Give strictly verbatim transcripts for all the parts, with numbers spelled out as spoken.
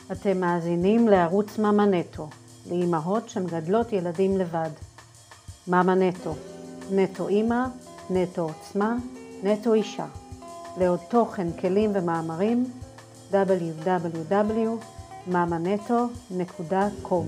אתם מאזינים לערוץ מאמא נטו, לאמהות שמגדלות ילדים לבד. מאמא נטו, נטו אימא, נטו עוצמה, נטו אישה. לעוד תוכן, כלים ומאמרים, דאבליו דאבליו דאבליו נקודה מאמא נטו נקודה קום.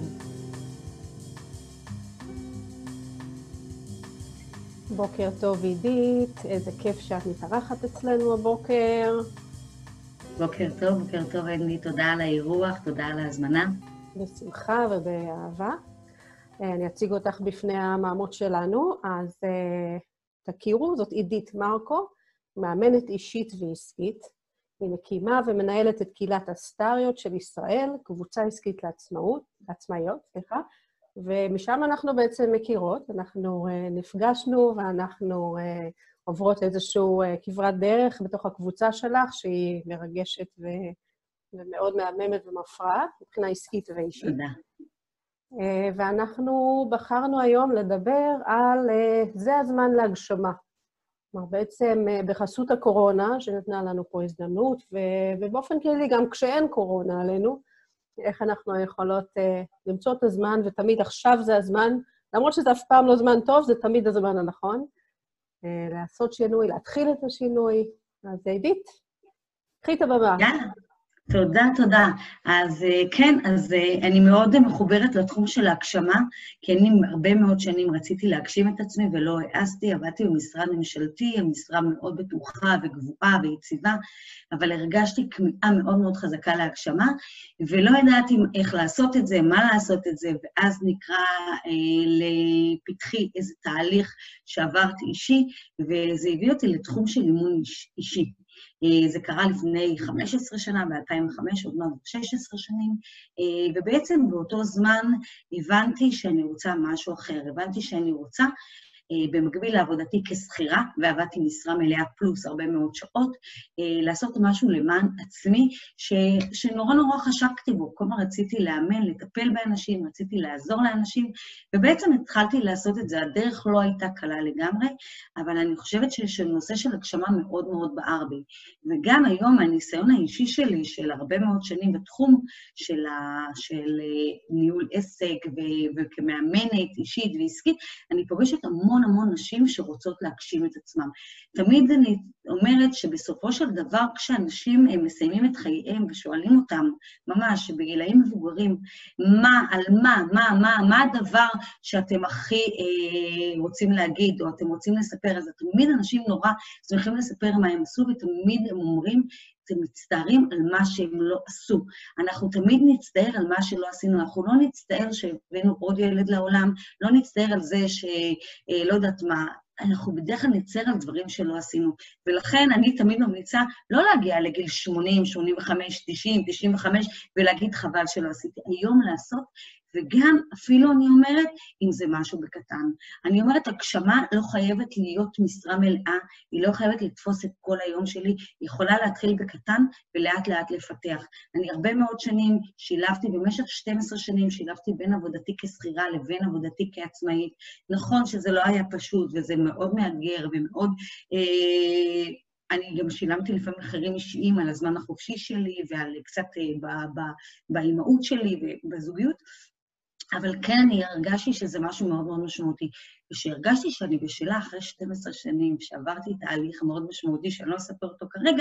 בוקר טוב עידית, איזה כיף שאת מתארחת אצלנו הבוקר. בוקר טוב, בוקר טוב אגני, תודה על האירוח, תודה על ההזמנה. בשמחה ובאהבה. אני אציג אותך בפני המאמות שלנו, אז תכירו, זאת עידית מרקו, מאמנת אישית ועסקית. היא מקימה ומנהלת את קהילת הסטאריות של ישראל, קבוצה עסקית לעצמאות, לעצמאיות, סליחה, ומשם אנחנו בעצם מכירות, אנחנו נפגשנו ואנחנו עוברות איזשהו כברת דרך בתוך הקבוצה שלך, שהיא מרגשת ו... ומאוד מהממת ומפרעת, מבחינה עסקית ואישית. תודה. ואנחנו בחרנו היום לדבר על זה הזמן להגשמה. כלומר, בעצם בחסות הקורונה, שנתנה לנו פה הזדמנות, ובאופן כללי גם כשאין קורונה עלינו, איך אנחנו יכולות למצוא את הזמן, ותמיד עכשיו זה הזמן, למרות שזה אף פעם לא זמן טוב, זה תמיד הזמן הנכון, לעשות שינוי, להתחיל את השינוי. אז עידית, קחי את הבמה. יאללה. תודה, תודה. אז כן, אז אני מאוד מחוברת לתחום של ההגשמה, כי אני הרבה מאוד שנים רציתי להגשים את עצמי ולא העזתי, עבדתי במשרד ממשלתי, המשרה מאוד בטוחה וגבוהה ויציבה, אבל הרגשתי כמיהה מאוד מאוד חזקה להגשמה, ולא ידעתי איך לעשות את זה, מה לעשות את זה, ואז נקרא אה, לפתחי איזה תהליך שעברתי אישי, וזה הביא אותי לתחום של אימון איש, אישי. זה קרה לפני חמש עשרה שנה, ב-אלפיים וחמש, עוד מעט שש עשרה שנים, ובעצם באותו זמן הבנתי שאני רוצה משהו אחר, הבנתי שאני רוצה, במקביל לעבודתי כשכירה, ועבדתי משרה מלאה פלוס הרבה מאוד שעות, לעשות משהו למען עצמי, ש, שנורא נורא חשקתי בו, כל מה רציתי לאמן, לטפל באנשים, רציתי לעזור לאנשים, ובעצם התחלתי לעשות את זה, הדרך לא הייתה קלה לגמרי, אבל אני חושבת שנושא של הגשמה מאוד מאוד בער בי, וגם היום הניסיון האישי שלי, של הרבה מאוד שנים בתחום של, ה, של ניהול עסק, ו, וכמאמנת אישית ועסקית, אני פוגשת המון המון המון נשים שרוצות להגשים את עצמם. תמיד אני אומרת שבסופו של דבר, כשאנשים מסיימים את חייהם ושואלים אותם, ממש בגילאים מבוגרים, מה, על מה, מה, מה, מה הדבר שאתם הכי אה, רוצים להגיד, או אתם רוצים לספר, אז תמיד אנשים נורא שמחים לספר מה הם עשו, ותמיד הם אומרים, אתם מצטערים על מה שהם לא עשו. אנחנו תמיד נצטער על מה שלא עשינו, אנחנו לא נצטער שהבאנו עוד ילד לעולם, לא נצטער על זה שלא יודעת מה, אנחנו בדרך כלל נצטער על דברים שלא עשינו. ולכן אני תמיד ממליצה לא להגיע לגיל שמונים, שמונים וחמש, תשעים, תשעים וחמש, ולהגיד חבל שלא עשיתי. היום לעשות, וגם אפילו אני אומרת, אם זה משהו בקטן. אני אומרת, הגשמה לא חייבת להיות משרה מלאה, היא לא חייבת לתפוס את כל היום שלי, היא יכולה להתחיל בקטן ולאט לאט לפתח. אני הרבה מאוד שנים שילבתי, במשך שתים עשרה שנים שילבתי בין עבודתי כשכירה לבין עבודתי כעצמאית. נכון שזה לא היה פשוט, וזה מאוד מאתגר ומאוד... אה, אני גם שילמתי לפעמים מחירים אישיים על הזמן החופשי שלי, ועל קצת באימהות שלי ובזוגיות, אבל כן, אני הרגשתי שזה משהו מאוד מאוד משמעותי. ושהרגשתי שאני בשלה אחרי שתים עשרה שנים, שעברתי תהליך מאוד משמעותי, שאני לא אספר אותו כרגע,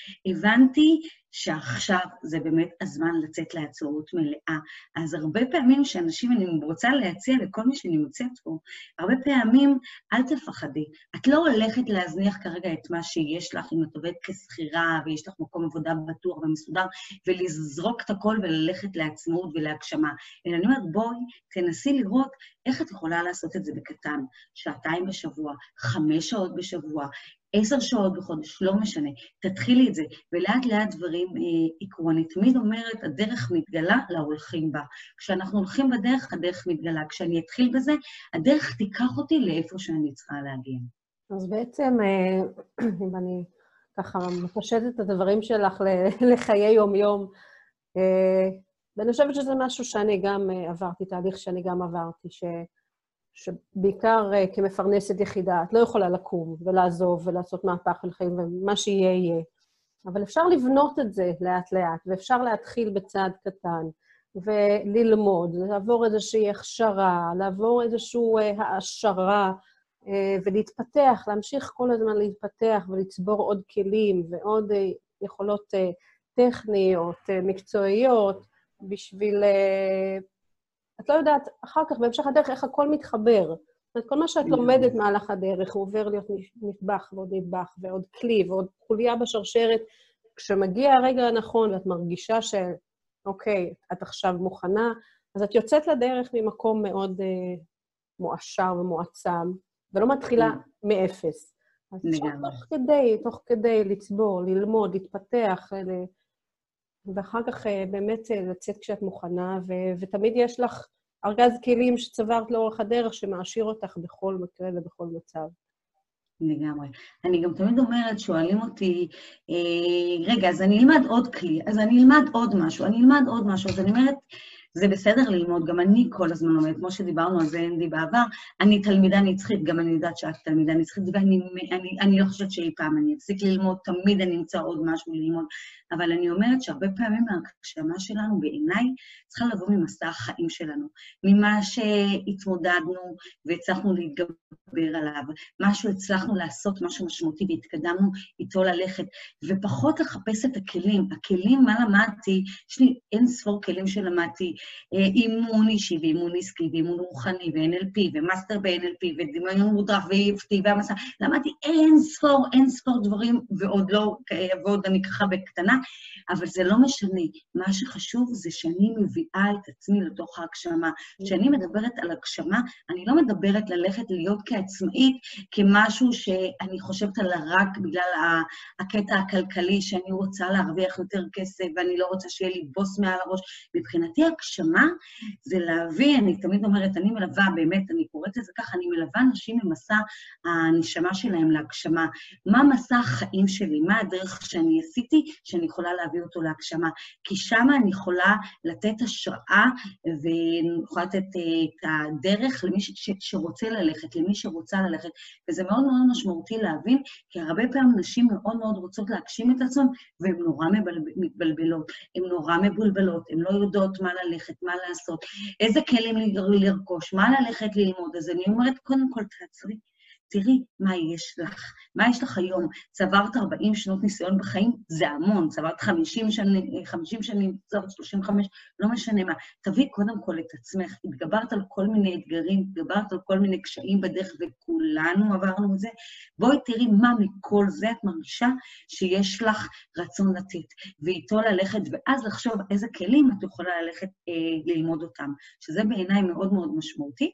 הבנתי שעכשיו זה באמת הזמן לצאת לעצמאות מלאה. אז הרבה פעמים שאנשים, אני רוצה להציע לכל מי שנמצאת פה, הרבה פעמים, אל תפחדי. את לא הולכת להזניח כרגע את מה שיש לך, אם את עובדת כשכירה, ויש לך מקום עבודה בטוח ומסודר, ולזרוק את הכל וללכת לעצמאות ולהגשמה. אלא אני אומרת, בואי, תנסי לראות איך את יכולה לעשות את זה בקטן, שעתיים בשבוע, חמש שעות בשבוע, עשר שעות בחודש, לא משנה, תתחילי את זה, ולאט לאט דברים יקרו. אני תמיד אומרת, הדרך מתגלה להולכים בה. כשאנחנו הולכים בדרך, הדרך מתגלה. כשאני אתחיל בזה, הדרך תיקח אותי לאיפה שאני צריכה להגיע. אז בעצם, אם אני ככה מפשטת את הדברים שלך לחיי יום-יום, ואני חושבת שזה משהו שאני גם עברתי, תהליך שאני גם עברתי, ש... שבעיקר כמפרנסת יחידה, את לא יכולה לקום ולעזוב ולעשות מהפך לחיים, ומה שיהיה יהיה. אבל אפשר לבנות את זה לאט-לאט, ואפשר להתחיל בצעד קטן, וללמוד, לעבור איזושהי הכשרה, לעבור איזושהי העשרה, ולהתפתח, להמשיך כל הזמן להתפתח ולצבור עוד כלים ועוד יכולות טכניות, מקצועיות, בשביל, את לא יודעת, אחר כך, בהמשך הדרך, איך הכל מתחבר. זאת אומרת, כל מה שאת לומדת מהלך הדרך, הוא עובר להיות נדבך ועוד נדבך ועוד כלי ועוד חוליה בשרשרת. כשמגיע הרגע הנכון ואת מרגישה ש, אוקיי, את עכשיו מוכנה, אז את יוצאת לדרך ממקום מאוד uh, מואשר ומועצם, ולא מתחילה מאפס. אז אפשר תוך כדי, תוך כדי לצבור, ללמוד, להתפתח, ל... ואחר כך uh, באמת uh, לצאת כשאת מוכנה, ו... ותמיד יש לך ארגז כלים שצברת לאורך הדרך, שמעשיר אותך בכל מקרה ובכל מצב. לגמרי. אני גם תמיד אומרת, שואלים אותי, אה, רגע, אז אני אלמד עוד כלי, אז אני אלמד עוד משהו, אני אלמד עוד משהו, אז אני אומרת, זה בסדר ללמוד, גם אני כל הזמן לומדת, כמו שדיברנו על זה אנדי בעבר, אני תלמידה נצחית, גם אני יודעת שאת תלמידה נצחית, ואני אני, אני לא חושבת שאי פעם אני אפסיק ללמוד, תמיד אני אמצא עוד משהו ללמוד, אבל אני אומרת שהרבה פעמים ההגשמה שלנו בעיניי צריכה לבוא ממסע החיים שלנו, ממה שהתמודדנו והצלחנו להתגבר עליו, משהו הצלחנו לעשות, משהו משמעותי והתקדמנו איתו ללכת, ופחות לחפש את הכלים. הכלים, מה למדתי? יש לי אין ספור כלים שלמדתי, אימון אישי ואימון עסקי ואימון רוחני ו-אן אל פי ומאסטר ב-אן אל פי ודמיון מודרך ו-אי אף טי והמסע. למדתי אין ספור, אין ספור דברים, ועוד לא, ועוד אני ככה בקטנה, אבל זה לא משנה. מה שחשוב זה שאני מביאה את עצמי לתוך ההגשמה. כשאני מדברת על הגשמה, אני לא מדברת ללכת להיות כעצמאית, כמשהו שאני חושבת עליה רק בגלל הקטע הכלכלי, שאני רוצה להרוויח יותר כסף, ואני לא רוצה שיהיה לי בוס מעל הראש. מבחינתי הגשמה זה להביא, אני תמיד אומרת, אני מלווה, באמת, אני קוראת לזה ככה, אני מלווה אנשים ממסע הנשמה שלהם להגשמה. מה מסע החיים שלי? מה הדרך שאני עשיתי, שאני יכולה להביא אותו להגשמה? כי שמה אני יכולה לתת השראה, ואני יכולה לתת את הדרך למי ש- שרוצה ללכת, למי שרוצה ללכת, וזה מאוד מאוד משמעותי להבין, כי הרבה פעמים נשים מאוד מאוד רוצות להגשים את עצמם, והן נורא מתבלבלות, הן נורא מבולבלות, הן לא יודעות מה ללכת, מה לעשות, איזה כלים לרכוש, מה ללכת ללמוד. אז אני אומרת, קודם כל תעצרי, תראי מה יש לך, מה יש לך היום. צברת ארבעים שנות ניסיון בחיים, זה המון, צברת חמישים שנים, חמישים שנים, צברת שלושים וחמש, לא משנה מה. תביאי קודם כל את עצמך, התגברת על כל מיני אתגרים, התגברת על כל מיני קשיים בדרך, וכולנו עברנו את זה. בואי תראי מה מכל זה את מרגישה שיש לך רצון לתת, ואיתו ללכת, ואז לחשוב איזה כלים את יכולה ללכת אה, ללמוד אותם, שזה בעיניי מאוד מאוד משמעותי.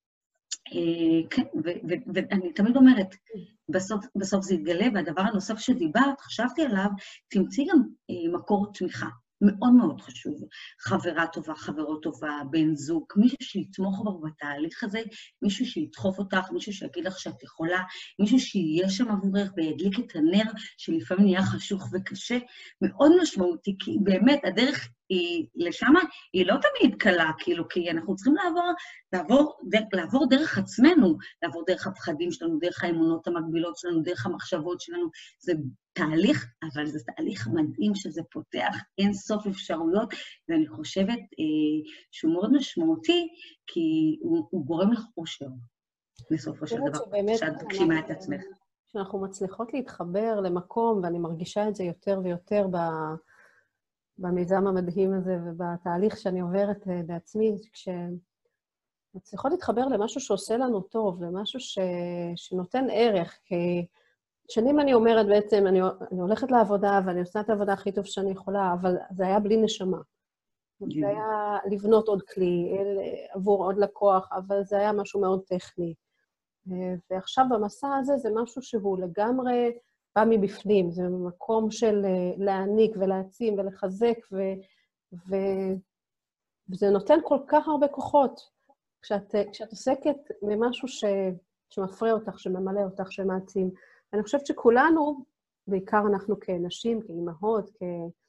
כן, ואני תמיד אומרת, בסוף זה יתגלה, והדבר הנוסף שדיברת, חשבתי עליו, תמצאי גם מקור תמיכה, מאוד מאוד חשוב. חברה טובה, חברות טובה, בן זוג, מישהו שיתמוך בו בתהליך הזה, מישהו שידחוף אותך, מישהו שיגיד לך שאת יכולה, מישהו שיהיה שם עבורך וידליק את הנר, שלפעמים נהיה חשוך וקשה, מאוד משמעותי, כי באמת הדרך היא לשמה, היא לא תמיד קלה, כאילו, כי אנחנו צריכים לעבור, לעבור, לעבור דרך עצמנו, לעבור דרך הפחדים שלנו, דרך האמונות המקבילות שלנו, דרך המחשבות שלנו. זה תהליך, אבל זה תהליך מדהים שזה פותח אין סוף אפשרויות, ואני חושבת אה, שהוא מאוד משמעותי, כי הוא, הוא גורם לך אושר, בסופו של דבר, שאת תגשימה את עצמך. כשאנחנו מצליחות להתחבר למקום, ואני מרגישה את זה יותר ויותר ב... במיזם המדהים הזה ובתהליך שאני עוברת בעצמי, כשמצליחות להתחבר למשהו שעושה לנו טוב, למשהו ש... שנותן ערך, כי שנים אני אומרת בעצם, אני, אני הולכת לעבודה ואני עושה את העבודה הכי טוב שאני יכולה, אבל זה היה בלי נשמה. זה היה לבנות עוד כלי עבור עוד לקוח, אבל זה היה משהו מאוד טכני. ועכשיו במסע הזה זה משהו שהוא לגמרי בא מבפנים, זה מקום של להעניק ולהעצים ולחזק, ו... ו... וזה נותן כל כך הרבה כוחות. כשאת, כשאת עוסקת ממשהו ש... שמפרה אותך, שממלא אותך, שמעצים. אני חושבת שכולנו, בעיקר אנחנו כנשים, כאימהות, כ...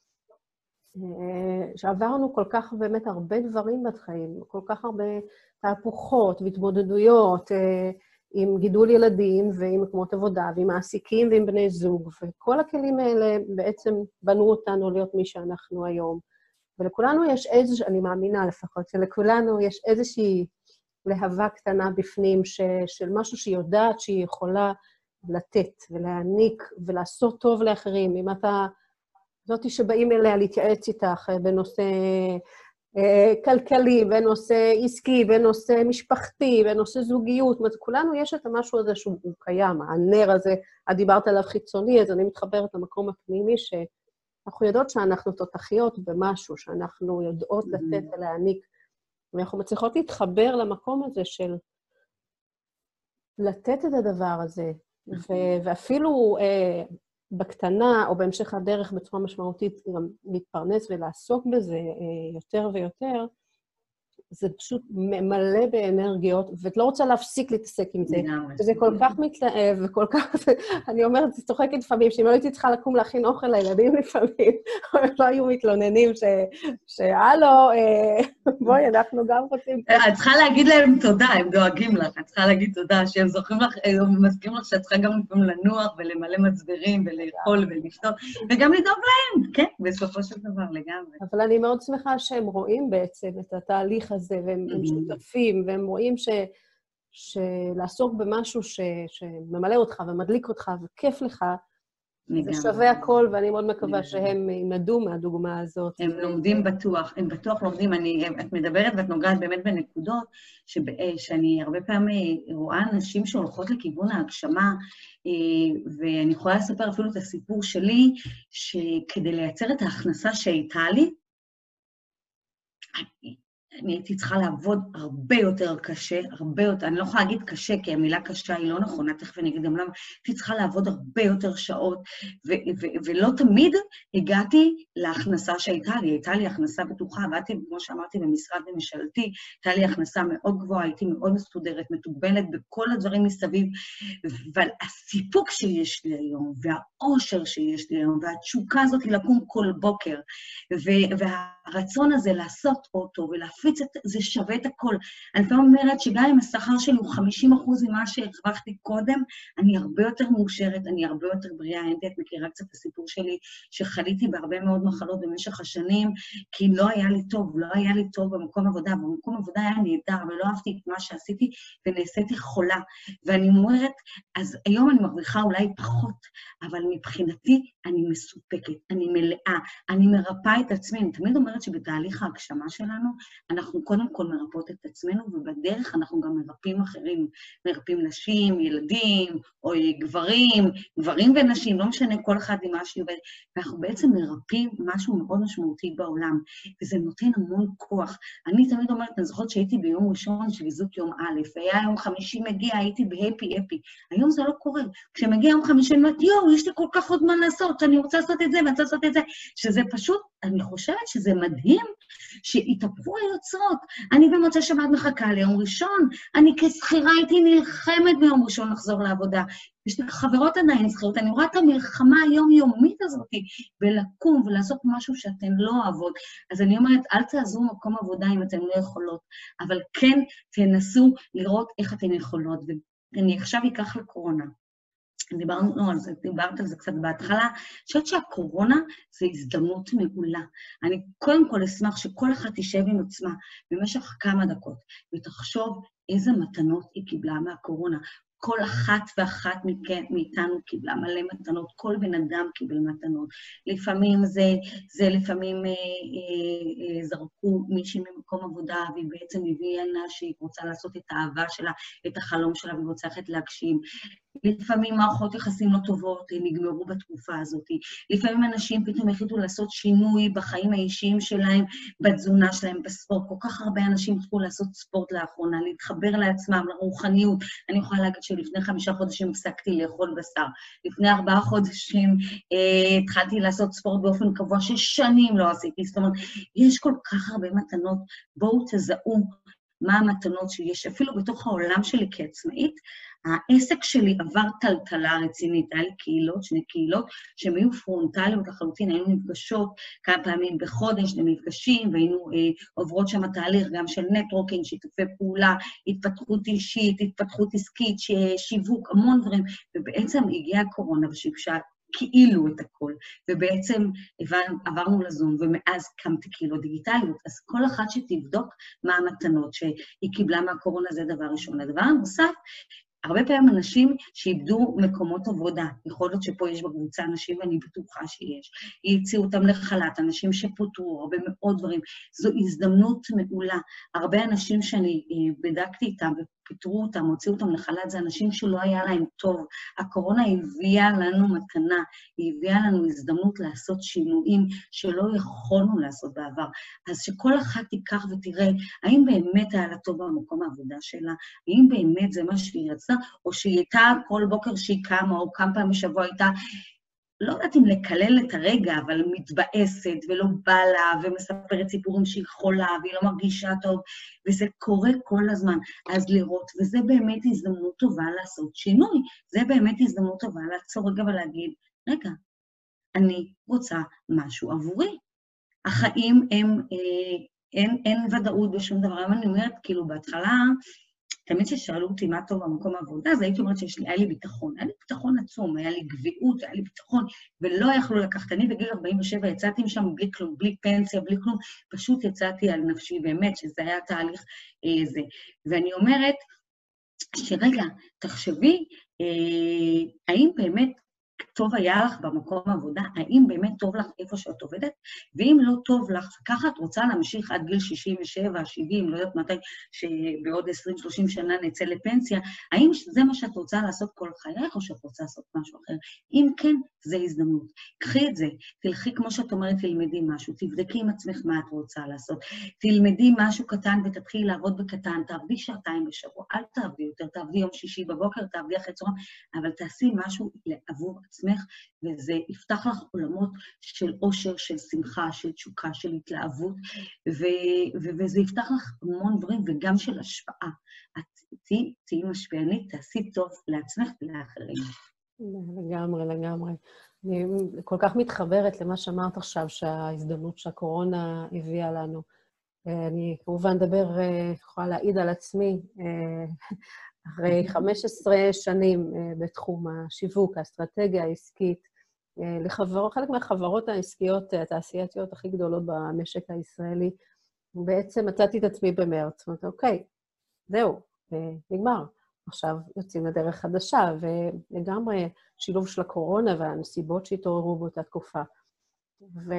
שעברנו כל כך באמת הרבה דברים בחיים, כל כך הרבה תהפוכות והתמודדויות, עם גידול ילדים ועם מקומות עבודה ועם מעסיקים ועם בני זוג, וכל הכלים האלה בעצם בנו אותנו להיות מי שאנחנו היום. ולכולנו יש איזושהי, אני מאמינה לפחות, שלכולנו יש איזושהי להבה קטנה בפנים ש, של משהו שהיא יודעת שהיא יכולה לתת ולהעניק ולעשות טוב לאחרים. אם אתה, זאתי שבאים אליה להתייעץ איתך בנושא אה, כלכלי, בנושא עסקי, בנושא משפחתי, בנושא זוגיות, זאת אומרת, כולנו יש את המשהו הזה שהוא קיים, הנר הזה, את דיברת עליו חיצוני, אז אני מתחברת למקום הפנימי שאנחנו יודעות שאנחנו תותחיות במשהו, שאנחנו יודעות לתת ולהעניק, ואנחנו מצליחות להתחבר למקום הזה של לתת את הדבר הזה, ו- ואפילו אה, בקטנה או בהמשך הדרך בצורה משמעותית גם להתפרנס ולעסוק בזה אה, יותר ויותר, זה פשוט מלא באנרגיות, ואת לא רוצה להפסיק להתעסק עם זה. וזה כל כך מתלהב, וכל כך, אני אומרת, זה צוחקת לפעמים, שאם לא הייתי צריכה לקום להכין אוכל לילדים לפעמים, לא היו מתלוננים שהלו, בואי, אנחנו גם רוצים... את צריכה להגיד להם תודה, הם דואגים לך, את צריכה להגיד תודה, שהם זוכרים לך, הם מזכירים לך שאת צריכה גם לפעמים לנוח ולמלא מצברים ולאכול ולשתות, וגם לדאוג להם, כן, בסופו של דבר לגמרי. אבל אני מאוד שמחה שהם רואים בעצם את התהליך הזה, והם שותפים, והם רואים שלעסוק במשהו שממלא אותך ומדליק אותך וכיף לך, זה שווה הכל, ואני מאוד מקווה שהם ילמדו מהדוגמה הזאת. הם לומדים בטוח, הם בטוח לומדים. את מדברת ואת נוגעת באמת בנקודות, שאני הרבה פעמים רואה אנשים שהולכות לכיוון ההגשמה, ואני יכולה לספר אפילו את הסיפור שלי, שכדי לייצר את ההכנסה שהייתה לי, אני הייתי צריכה לעבוד הרבה יותר קשה, הרבה יותר, אני לא יכולה להגיד קשה, כי המילה קשה היא לא נכונה, תכף אני אגיד גם למה, הייתי צריכה לעבוד הרבה יותר שעות, ו- ו- ולא תמיד הגעתי להכנסה שהייתה לי, הייתה לי הכנסה בטוחה, עבדתי, כמו שאמרתי, במשרד ממשלתי, הייתה לי הכנסה מאוד גבוהה, הייתי מאוד מסודרת, מתוגבלת בכל הדברים מסביב, אבל הסיפוק שיש לי היום, והאושר שיש לי היום, והתשוקה הזאת היא לקום כל בוקר, ו- והרצון הזה לעשות אותו ולהפיץ את זה שווה את הכל. אני פעם אומרת שגם אם השכר שלי הוא חמישים אחוז ממה שהרווחתי קודם, אני הרבה יותר מאושרת, אני הרבה יותר בריאה. את מכירה קצת את הסיפור שלי, שחליתי בהרבה מאוד מחלות במשך השנים, כי לא היה לי טוב, לא היה לי טוב במקום עבודה, במקום עבודה היה נהדר, ולא אהבתי את מה שעשיתי, ונעשיתי חולה. ואני אומרת, אז היום אני מרוויחה אולי פחות, אבל מבחינתי אני מסופקת, אני מלאה, אני מרפאה את עצמי. אני תמיד אומרת שבתהליך ההגשמה שלנו, אנחנו קודם כל מרפאות את עצמנו, ובדרך אנחנו גם מרפאים אחרים, מרפאים נשים, ילדים, או גברים, גברים ונשים, לא משנה כל אחד עם משהו, ואנחנו בעצם מרפאים משהו מאוד משמעותי בעולם, וזה נותן המון כוח. אני תמיד אומרת, אני זוכרת שהייתי ביום ראשון של איזוק יום א', היה יום חמישי מגיע, הייתי בהפי אפי. היום זה לא קורה. כשמגיע יום חמישי, אני אומרת, יואו, יש לי כל כך עוד מה לעשות, אני רוצה לעשות את זה, ואני רוצה לעשות את זה, שזה פשוט, אני חושבת שזה מדהים, שהתהפכו היוצרות. אני במוצא שבת מחכה ליום ראשון, אני כשכירה הייתי נלחמת ביום ראשון לחזור לעבודה. יש לי חברות עדיין שכירות, אני רואה את המלחמה היומיומית הזאת, ולקום ולעשות משהו שאתן לא אוהבות. אז אני אומרת, אל תעזרו מקום עבודה אם אתן לא יכולות, אבל כן תנסו לראות איך אתן יכולות. ואני עכשיו אקח לקורונה. דיברנו על זה, דיברת על זה קצת בהתחלה, אני חושבת שהקורונה זה הזדמנות מעולה. אני קודם כל אשמח שכל אחד תשב עם עצמה במשך כמה דקות, ותחשוב איזה מתנות היא קיבלה מהקורונה. כל אחת ואחת מאיתנו קיבלה מלא מתנות, כל בן אדם קיבל מתנות. לפעמים זה, זה לפעמים אה, אה, אה, זרקו מישהי ממקום עבודה, והיא בעצם הביאה לה שהיא רוצה לעשות את האהבה שלה, את החלום שלה, והיא רוצה ללכת להגשים. לפעמים מערכות יחסים לא טובות נגמרו בתקופה הזאת. לפעמים אנשים פתאום החליטו לעשות שינוי בחיים האישיים שלהם, בתזונה שלהם, בספורט. כל כך הרבה אנשים התחילו לעשות ספורט לאחרונה, להתחבר לעצמם, לרוחניות. אני יכולה להגיד שלפני חמישה חודשים הפסקתי לאכול בשר. לפני ארבעה חודשים אה, התחלתי לעשות ספורט באופן קבוע ששנים לא עשיתי. זאת אומרת, יש כל כך הרבה מתנות. בואו תזהו מה המתנות שיש, אפילו בתוך העולם שלי כעצמאית, העסק שלי עבר טלטלה רצינית, היה לי קהילות, שני קהילות, שהן היו פרונטליות לחלוטין, היינו נפגשות כמה פעמים בחודש, למפגשים, והיינו אה, עוברות שם תהליך גם של נטוורקינג, שיתופי פעולה, התפתחות אישית, התפתחות עסקית, שיווק, המון דברים, ובעצם הגיעה הקורונה ושיבשה כאילו את הכל, ובעצם עברנו לזום, ומאז קמתי קהילות דיגיטליות, אז כל אחת שתבדוק מה המתנות שהיא קיבלה מהקורונה, זה דבר ראשון. הדבר הנוסף, הרבה פעמים אנשים שאיבדו מקומות עבודה, יכול להיות שפה יש בקבוצה אנשים, ואני בטוחה שיש, יציעו אותם לחל"ת, אנשים שפוטרו, הרבה מאוד דברים, זו הזדמנות מעולה. הרבה אנשים שאני בדקתי איתם ופיטרו אותם, הוציאו אותם לחל"ת, זה אנשים שלא היה להם טוב. הקורונה הביאה לנו מתנה, היא הביאה לנו הזדמנות לעשות שינויים שלא יכולנו לעשות בעבר. אז שכל אחת תיקח ותראה, האם באמת היה לה טוב במקום העבודה שלה, האם באמת זה מה שהיא רצתה, או שהיא הייתה כל בוקר שהיא קמה, או כמה פעמים בשבוע הייתה, לא יודעת אם לקלל את הרגע, אבל מתבאסת ולא בא לה, ומספרת סיפורים שהיא חולה, והיא לא מרגישה טוב, וזה קורה כל הזמן. אז לראות, וזה באמת הזדמנות טובה לעשות שינוי, זה באמת הזדמנות טובה לעצור רגע ולהגיד, רגע, אני רוצה משהו עבורי. החיים הם, אה, אין, אין ודאות בשום דבר, אבל אני אומרת, כאילו, בהתחלה, תמיד ששאלו אותי מה טוב במקום העבודה, אז הייתי אומרת שיש לי, היה לי ביטחון, היה לי ביטחון עצום, היה לי גביעות, היה לי ביטחון, ולא יכלו לקחת. אני בגיל ארבעים ושבע יצאתי משם בלי כלום, בלי פנסיה, בלי כלום, פשוט יצאתי על נפשי באמת, שזה היה תהליך אה, זה. ואני אומרת, שרגע, תחשבי, אה, האם באמת טוב היה לך במקום העבודה, האם באמת טוב לך איפה שאת עובדת, ואם לא טוב לך, ככה את רוצה להמשיך עד גיל שישים ושבע, שבעים, לא יודעת מתי, שבעוד עשרים שלושים שנה נצא לפנסיה, האם זה מה שאת רוצה לעשות כל חייך, או שאת רוצה לעשות משהו אחר? אם כן, זה הזדמנות. קחי את זה, תלכי כמו שאת אומרת, תלמדי משהו, תבדקי עם עצמך מה את רוצה לעשות, תלמדי משהו קטן ותתחילי לעבוד בקטן, תעבדי שעתיים בשבוע, אל תעבדי יותר, תעבדי יום שישי בבוקר, תעבדי אחרי צהריים, אבל תעשי משהו עבור עצמך, וזה יפתח לך עולמות של אושר, של שמחה, של תשוקה, של התלהבות, ו- ו- וזה יפתח לך המון דברים, וגם של השפעה. את תהיי, תהיי משפיענית, תעשי טוב לעצמך ולאחרים. לגמרי, לגמרי. אני כל כך מתחברת למה שאמרת עכשיו, שההזדמנות שהקורונה הביאה לנו. אני כמובן דבר, יכולה להעיד על עצמי, אחרי חמש עשרה שנים בתחום השיווק, האסטרטגיה העסקית, לחבר, חלק מהחברות העסקיות, התעשייתיות הכי גדולות במשק הישראלי, בעצם מצאתי את עצמי במרץ. זאת אומרת, אוקיי, זהו, נגמר. עכשיו יוצאים לדרך חדשה, ולגמרי שילוב של הקורונה והנסיבות שהתעוררו באותה תקופה. ו...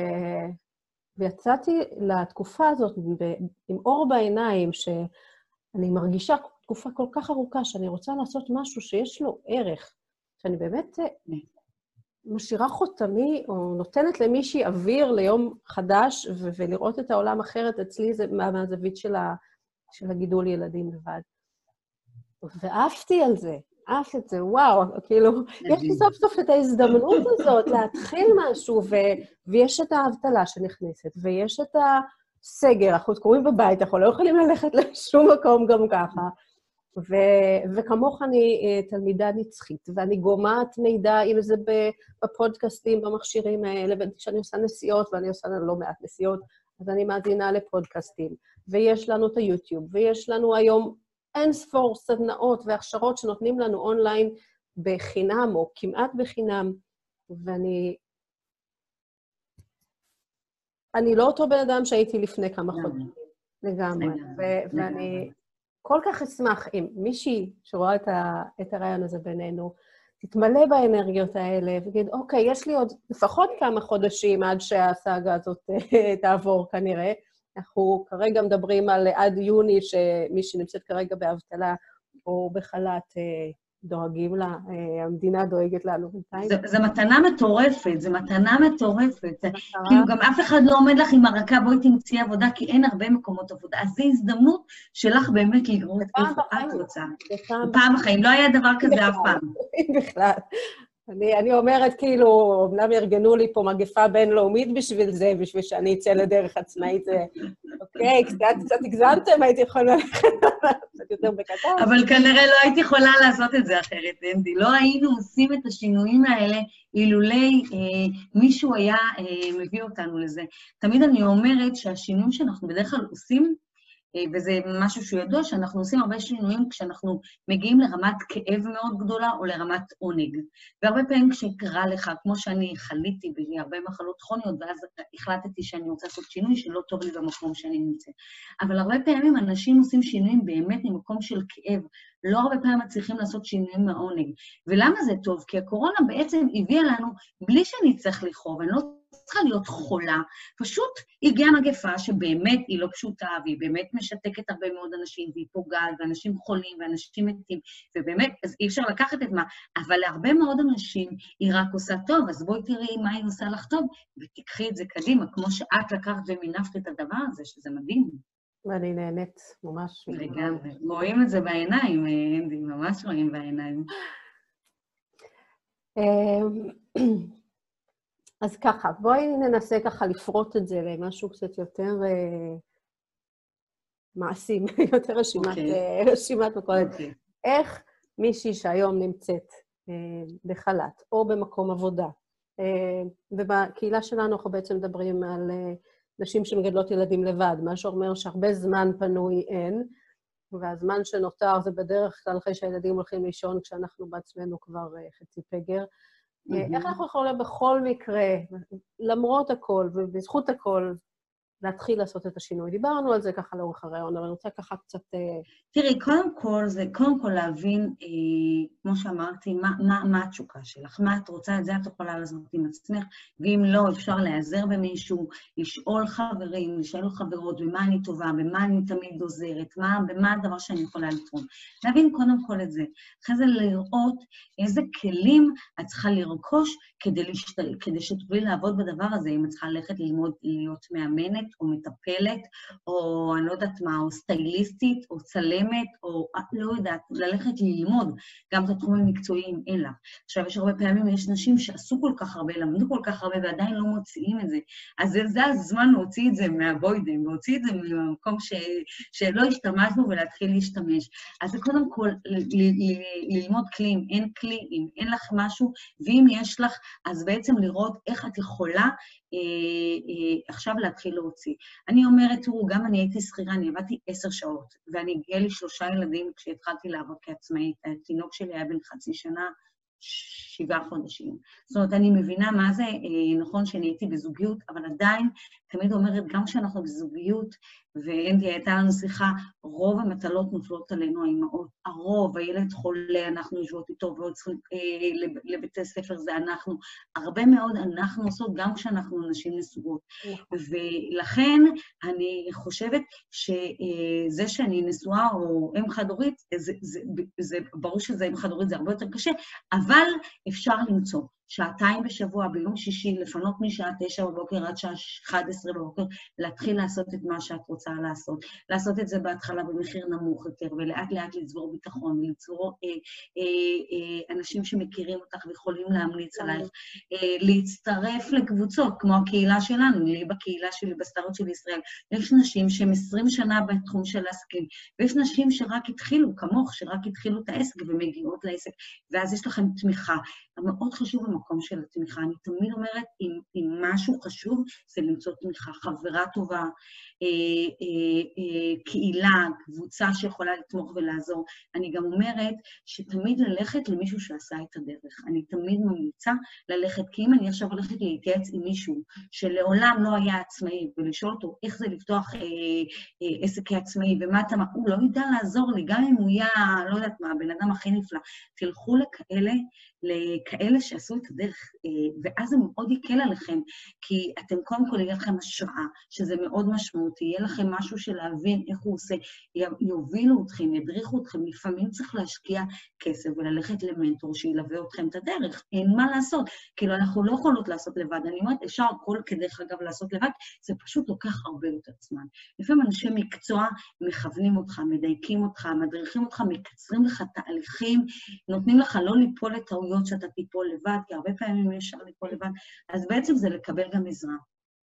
ויצאתי לתקופה הזאת עם אור בעיניים, שאני מרגישה תקופה כל כך ארוכה, שאני רוצה לעשות משהו שיש לו ערך, שאני באמת משאירה חותמי, או נותנת למישהי אוויר ליום חדש, ו- ולראות את העולם אחרת. אצלי זה מהזווית של, ה- של הגידול ילדים לבד. ואהבתי על זה, אהבתי את זה, וואו, כאילו, יש לי סוף סוף את ההזדמנות הזאת להתחיל משהו, ו- ויש את האבטלה שנכנסת, ויש את הסגר, אנחנו קוראים בבית, אנחנו לא יכולים ללכת לשום מקום גם ככה, ו- וכמוך אני תלמידה נצחית, ואני גומעת מידע, אם זה בפודקאסטים, במכשירים האלה, וכשאני עושה נסיעות, ואני עושה לא מעט נסיעות, אז אני מאזינה לפודקאסטים, ויש לנו את היוטיוב, ויש לנו היום אין ספור סדנאות והכשרות שנותנים לנו אונליין בחינם, או כמעט בחינם, ואני... אני לא אותו בן אדם שהייתי לפני כמה חודשים, לגמרי, ו- ואני כל כך אשמח אם מישהי שרואה את, ה- את הרעיון הזה בינינו, תתמלא באנרגיות האלה, ותגיד, אוקיי, יש לי עוד לפחות כמה חודשים עד שהסאגה הזאת תעבור כנראה, אנחנו כרגע מדברים על עד יוני, שמי שנמצאת כרגע באבטלה או בחל"ת דואגים לה, המדינה דואגת לנו בינתיים. זה, זה מתנה מטורפת, זה מתנה מטורפת. זה, כאילו גם אף אחד לא עומד לך עם הרקע, בואי תמציא עבודה, כי אין הרבה מקומות עבודה. אז זו הזדמנות שלך באמת לראות איפה את רוצה. פעם החיים, לא היה דבר כזה אף פעם. בכלל. אני, אני אומרת, כאילו, אמנם ארגנו לי פה מגפה בינלאומית בשביל זה, בשביל שאני אצא לדרך עצמאית, זה אוקיי, קצת הגזמתם, הייתי יכולה ללכת קצת יותר בקטן. אבל כנראה לא הייתי יכולה לעשות את זה אחרת, אנדי. לא היינו עושים את השינויים האלה אילולי מישהו היה מביא אותנו לזה. תמיד אני אומרת שהשינויים שאנחנו בדרך כלל עושים, וזה משהו שהוא ידוע, שאנחנו עושים הרבה שינויים כשאנחנו מגיעים לרמת כאב מאוד גדולה או לרמת עונג. והרבה פעמים כשקרה לך, כמו שאני חליתי בהרבה מחלות כרוניות, ואז החלטתי שאני רוצה לעשות שינוי שלא טוב לי במקום שאני נמצאת. אבל הרבה פעמים אנשים עושים שינויים באמת ממקום של כאב, לא הרבה פעמים מצליחים לעשות שינויים מהעונג. ולמה זה טוב? כי הקורונה בעצם הביאה לנו, בלי שאני צריך לכאוב, אני לא צריכה להיות חולה, פשוט הגיעה מגפה שבאמת היא לא פשוטה, והיא באמת משתקת הרבה מאוד אנשים, והיא פוגעת, ואנשים חולים, ואנשים מתים, ובאמת, אז אי אפשר לקחת את מה, אבל להרבה מאוד אנשים היא רק עושה טוב, אז בואי תראי מה היא עושה לך טוב, ותקחי את זה קדימה, כמו שאת לקחת ומינפת את הדבר הזה, שזה מדהים. ואני נהנית, ממש. לגמרי. רואים את זה בעיניים, אנדי, ממש רואים בעיניים. אז ככה, בואי ננסה ככה לפרוט את זה למשהו קצת יותר אה, מעשים, יותר רשימת, okay. אה, רשימת מכולת. Okay. איך מישהי שהיום נמצאת אה, בחל"ת או במקום עבודה, אה, ובקהילה שלנו אנחנו בעצם מדברים על אה, נשים שמגדלות ילדים לבד, מה שאומר שהרבה זמן פנוי אין, והזמן שנותר זה בדרך כלל אחרי שהילדים הולכים לישון כשאנחנו בעצמנו כבר אה, חצי פגר, Mm-hmm. איך אנחנו יכולים בכל מקרה, למרות הכל ובזכות הכל, להתחיל לעשות את השינוי? דיברנו על זה ככה לאורך הרעיון, אבל אני רוצה ככה קצת... תראי, קודם כל, זה קודם כל להבין, אה, כמו שאמרתי, מה, מה, מה התשוקה שלך, מה את רוצה, את זה את יכולה לעשות עם עצמך, ואם לא, אפשר להיעזר במישהו, לשאול חברים, לשאול חברות, במה אני טובה, במה אני תמיד עוזרת, מה, במה הדבר שאני יכולה לתרום. להבין קודם כל את זה. אחרי זה לראות איזה כלים את צריכה לרכוש כדי, לשת... כדי שתוכלי לעבוד בדבר הזה, אם את צריכה ללכת ללמוד להיות מאמנת, או מטפלת, או אני לא יודעת מה, או סטייליסטית, או צלמת, או לא יודעת, ללכת ללמוד גם את התחומים המקצועיים, אין לך. עכשיו, יש הרבה פעמים, יש נשים שעשו כל כך הרבה, למדו כל כך הרבה, ועדיין לא מוציאים את זה. אז זה, זה הזמן להוציא את זה מהבוידם, להוציא את זה ממקום ש, שלא השתמשנו ולהתחיל להשתמש. אז זה קודם כל, ל, ל, ל, ללמוד כלים, אין כלים, אין לך משהו, ואם יש לך, אז בעצם לראות איך את יכולה, עכשיו להתחיל להוציא. אני אומרת, תראו, גם אני הייתי שכירה, אני עבדתי עשר שעות, ואני הגיעה לי שלושה ילדים כשהתחלתי לעבוד כעצמאית. התינוק שלי היה בן חצי שנה, שבעה חודשים. זאת אומרת, אני מבינה מה זה, נכון שאני הייתי בזוגיות, אבל עדיין, תמיד אומרת, גם כשאנחנו בזוגיות, ואנדי הייתה לנו שיחה, רוב המטלות נופלות עלינו האימהות. הרוב, הילד חולה, אנחנו יושבות איתו, ועוד אה, לבתי ספר זה אנחנו. הרבה מאוד אנחנו עושות גם כשאנחנו נשים נשואות. ולכן אני חושבת שזה שאני נשואה או אם חד-הורית, זה, זה, זה, ברור שזה אם חד-הורית זה הרבה יותר קשה, אבל אפשר למצוא. שעתיים בשבוע, ביום שישי, לפנות משעה תשע בבוקר עד שעה אחת עשרה בבוקר, להתחיל לעשות את מה שאת רוצה לעשות. לעשות את זה בהתחלה במחיר נמוך יותר, ולאט לאט לצבור ביטחון, ולצבור אה, אה, אה, אנשים שמכירים אותך ויכולים להמליץ עלייך, אה, להצטרף לקבוצות, כמו הקהילה שלנו, לי בקהילה שלי, בסטארט של ישראל, יש נשים שהן עשרים שנה בתחום של העסקים, ויש נשים שרק התחילו, כמוך, שרק התחילו את העסק ומגיעות לעסק, ואז יש לכם תמיכה. מאוד חשוב במקום של התמיכה. אני תמיד אומרת, אם, אם משהו חשוב, זה למצוא תמיכה, חברה טובה, אה, אה, אה, קהילה, קבוצה שיכולה לתמוך ולעזור. אני גם אומרת שתמיד ללכת למישהו שעשה את הדרך. אני תמיד ממליצה ללכת, כי אם אני עכשיו הולכת להתייעץ עם מישהו שלעולם לא היה עצמאי, ולשאול אותו איך זה לפתוח אה, אה, עסק כעצמאי, ומה אתה, הוא לא ידע לעזור לי, גם אם הוא היה, לא יודעת מה, הבן אדם הכי נפלא. תלכו לכאלה, לכאלה שעשו את הדרך, ואז זה מאוד יקל עליכם, כי אתם קודם כל יהיה לכם השראה, שזה מאוד משמעותי, יהיה לכם משהו של להבין איך הוא עושה, יובילו אתכם, ידריכו אתכם, לפעמים צריך להשקיע כסף וללכת למנטור שילווה אתכם את הדרך, אין מה לעשות, כאילו אנחנו לא יכולות לעשות לבד, אני אומרת, אפשר כל כדרך אגב לעשות לבד, זה פשוט לוקח הרבה יותר זמן. לפעמים אנשי מקצוע מכוונים אותך, מדייקים אותך, מדריכים אותך, מקצרים לך תהליכים, נותנים לך לא ליפול לטעויות שאתה תיפול לבד, כי הרבה פעמים אפשר ליפול לבד, אז בעצם זה לקבל גם עזרה.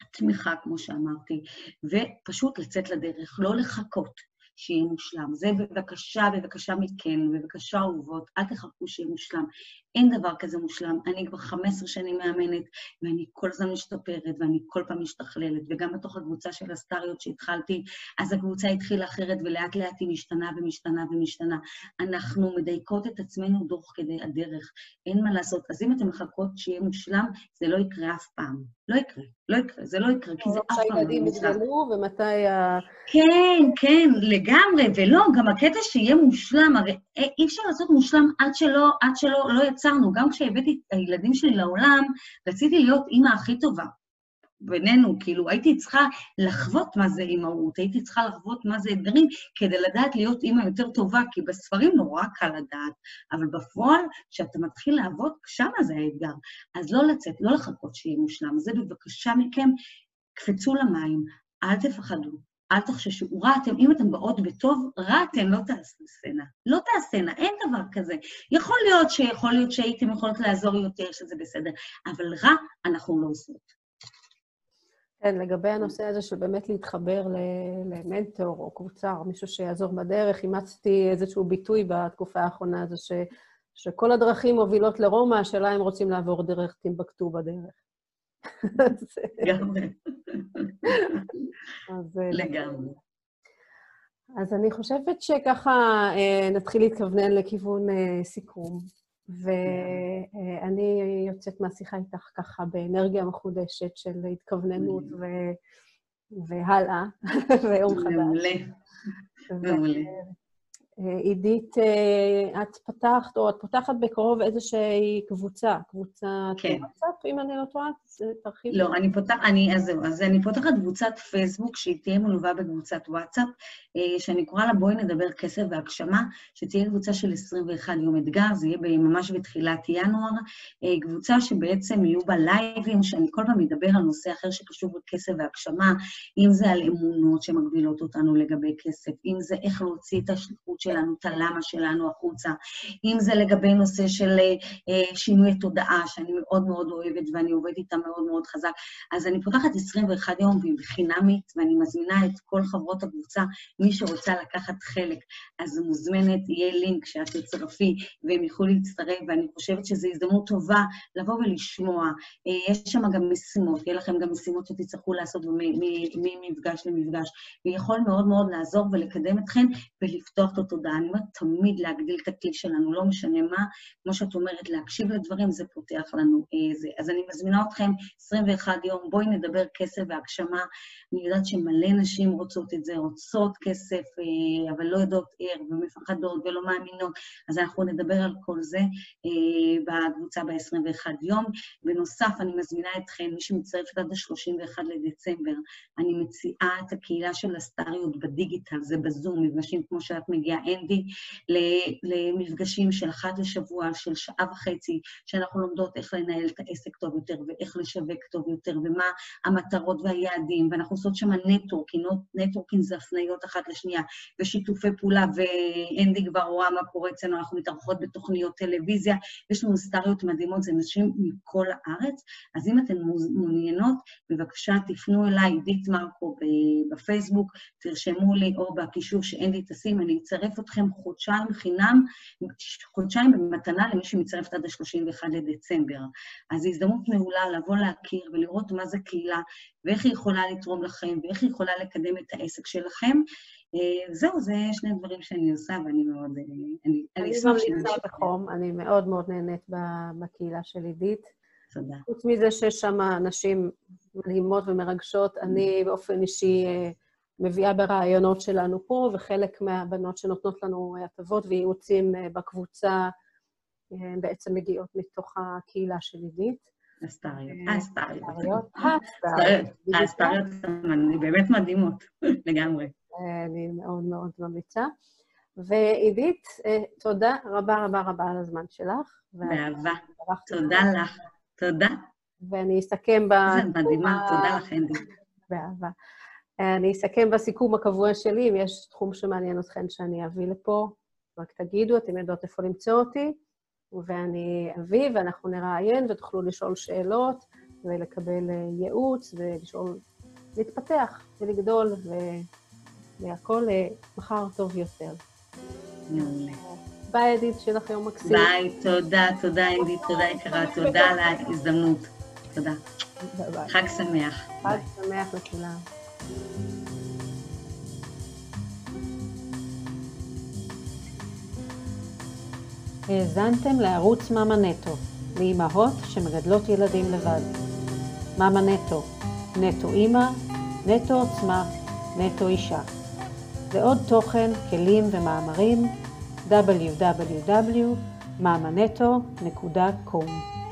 תמיכה, כמו שאמרתי, ופשוט לצאת לדרך, לא לחכות שיהיה מושלם. זה בבקשה, בבקשה מכן, בבקשה אהובות, אל תחכו שיהיה מושלם. אין דבר כזה מושלם. אני כבר חמש עשרה שנים מאמנת, ואני כל הזמן משתפרת, ואני כל פעם משתכללת, וגם בתוך הקבוצה של הסטריות שהתחלתי, אז הקבוצה התחילה אחרת, ולאט לאט היא משתנה ומשתנה ומשתנה. אנחנו מדייקות את עצמנו דוח כדי הדרך. אין מה לעשות. אז אם אתם מחכות שיהיה מושלם, זה לא יקרה אף פעם. לא יקרה, לא יקרה, זה לא יקרה, כי זה אף פעם לא שהילדים מושלם. יגדלו, ומתי ה... כן, כן, לגמרי, ולא, גם הקטע שיהיה מושלם, הרי אי אפשר לעשות מושלם עד שלא, עד שלא לא יצרנו. גם כשהבאתי את הילדים שלי לעולם, רציתי להיות אימא הכי טובה בינינו, כאילו הייתי צריכה לחוות מה זה אימהות, הייתי צריכה לחוות מה זה אתגרים, כדי לדעת להיות אימא יותר טובה, כי בספרים נורא קל לדעת, אבל בפועל, כשאתה מתחיל לעבוד, שמה זה האתגר. אז לא לצאת, לא לחכות שיהיה מושלם, זה בבקשה מכם, קפצו למים, אל תפחדו, אל תחששו, רעתם, אם אתם באות בטוב, רעתם, לא תעשו סצנה, לא תעשנה, אין דבר כזה. יכול להיות שיכול להיות שהייתם יכולות לעזור יותר, שזה בסדר, אבל רע אנחנו לא עושות. כן, לגבי הנושא הזה של באמת להתחבר למנטור או קבוצה או מישהו שיעזור בדרך, אימצתי איזשהו ביטוי בתקופה האחרונה הזו, ש, שכל הדרכים מובילות לרומא, השאלה אם רוצים לעבור דרך טימבקטו בדרך. לגמרי. אז, לגמרי. אז אני חושבת שככה נתחיל להתכוונן לכיוון סיכום. ואני יוצאת מהשיחה איתך ככה באנרגיה מחודשת של התכווננות והלאה, ויום חדש. מעולה, מעולה. עידית, את פתחת, או את פותחת בקרוב איזושהי קבוצה, קבוצת וואטסאפ, אם אני לא טועה, תרחיבי. לא, אני פותחת, אני, אז זהו, אז אני פותחת קבוצת פייסבוק, שהיא תהיה מלווה בקבוצת וואטסאפ, שאני קוראה לה בואי נדבר כסף והגשמה, שתהיה קבוצה של עשרים ואחד יום אתגר, זה יהיה ממש בתחילת ינואר, קבוצה שבעצם יהיו בה לייבים, שאני כל פעם מדבר על נושא אחר שקשור בכסף והגשמה, אם זה על אמונות שמגבילות אותנו לגבי כסף, אם זה איך להוציא את השליחות שלנו, את הלמה שלנו החוצה, אם זה לגבי נושא של שינוי תודעה, שאני מאוד מאוד אוהבת ואני עובדת איתה מאוד מאוד חזק, אז אני פותחת עשרים ואחד יום והיא בחינמית, ואני מזמינה את כל חברות הקבוצה, מי שרוצה לקחת חלק, אז מוזמנת, יהיה לינק שאת תצטרפי, והם יכולים להצטרף, ואני חושבת שזו הזדמנות טובה לבוא ולשמוע. יש שם גם משימות, יהיה לכם גם משימות שתצטרכו לעשות ממפגש למפגש, ויכול מאוד מאוד לעזור ולקדם אתכן, ולפתוח את התודעה. אני אומרת תמיד להגדיל את הכלי שלנו, לא משנה מה, כמו שאת אומרת, להקשיב לדברים, זה פותח לנו. אז אני מזמינה אתכם עשרים ואחד יום, בואי נדבר כסף והגשמה. אני יודעת שמלא נשים רוצות את זה, רוצות כסף, אבל לא יודעות ער ומפחדות ולא מאמינות, אז אנחנו נדבר על כל זה בקבוצה ב-עשרים ואחד יום. בנוסף, אני מזמינה אתכם, מי שמצטרפת עד ה-שלושים ואחד לדצמבר, אני מציעה את הקהילה של הסטריות בדיגיטל, זה בזום, מפגשים כמו שאת מגיעה, אנדי, למפגשים של אחת לשבוע, של שעה וחצי, שאנחנו לומדות איך לנהל את העסק טוב יותר, ואיך לשווק טוב יותר, ומה המטרות והיעדים, ואנחנו עושות שם נטוורקינג, נטוורקינג זה הפניות אחת לשנייה, ושיתופי פעולה, ואנדי כבר רואה מה קורה אצלנו, אנחנו מתארחות בתוכניות טלוויזיה, יש לנו סטריות מדהימות, זה נשים מכל הארץ, אז אם אתן מעוניינות, בבקשה תפנו אליי, עידית מרקו בפייסבוק, תרשמו לי, או בקישור שאנדי תשים, אני אצרף אתכם חודשיים חינם, חודשיים במתנה למי שמצטרפת עד ה-שלושים ואחד לדצמבר. אז זו הזדמנות מעולה לבוא להכיר ולראות מה זה קהילה, ואיך היא יכולה לתרום לכם, ואיך היא יכולה לקדם את העסק שלכם. זהו, זה שני דברים שאני עושה, ואני מאוד... אני ממליצה בחום, אני מאוד מאוד נהנית בקהילה של עידית. תודה. חוץ מזה שיש שם נשים מדהימות ומרגשות, אני באופן אישי מביאה ברעיונות שלנו פה, וחלק מהבנות שנותנות לנו הטבות וייעוצים בקבוצה בעצם מגיעות מתוך הקהילה של עידית. הסטריות, הסטריות. הסטריות. הסטריות, אני באמת מדהימות, לגמרי. אני מאוד מאוד ממליצה. ועידית, תודה רבה רבה רבה על הזמן שלך. באהבה. תודה לך. תודה. ואני אסכם ב... זה מדהימה, תודה לך, אנדי. באהבה. אני אסכם בסיכום הקבוע שלי, אם יש תחום שמעניין אתכן שאני אביא לפה, רק תגידו, אתם יודעות איפה למצוא אותי, ואני אביא, ואנחנו נראיין, ותוכלו לשאול שאלות, ולקבל ייעוץ ולשאול, להתפתח ולגדול והכל מחר טוב יותר. מעולה. ביי עדית, שיהיה לך יום מקסים. ביי, תודה, תודה עדית, תודה יקרה, תודה על ההזדמנות. תודה. ביי ביי. חג שמח. חג שמח לכולם. האזנתם לערוץ מאמא נטו, לאמהות שמגדלות ילדים לבד. מאמא נטו, נטו אימא, נטו עוצמה, נטו אישה. ועוד תוכן, כלים ומאמרים, דאבליו דאבליו דאבליו נקודה מאמא נטו נקודה קום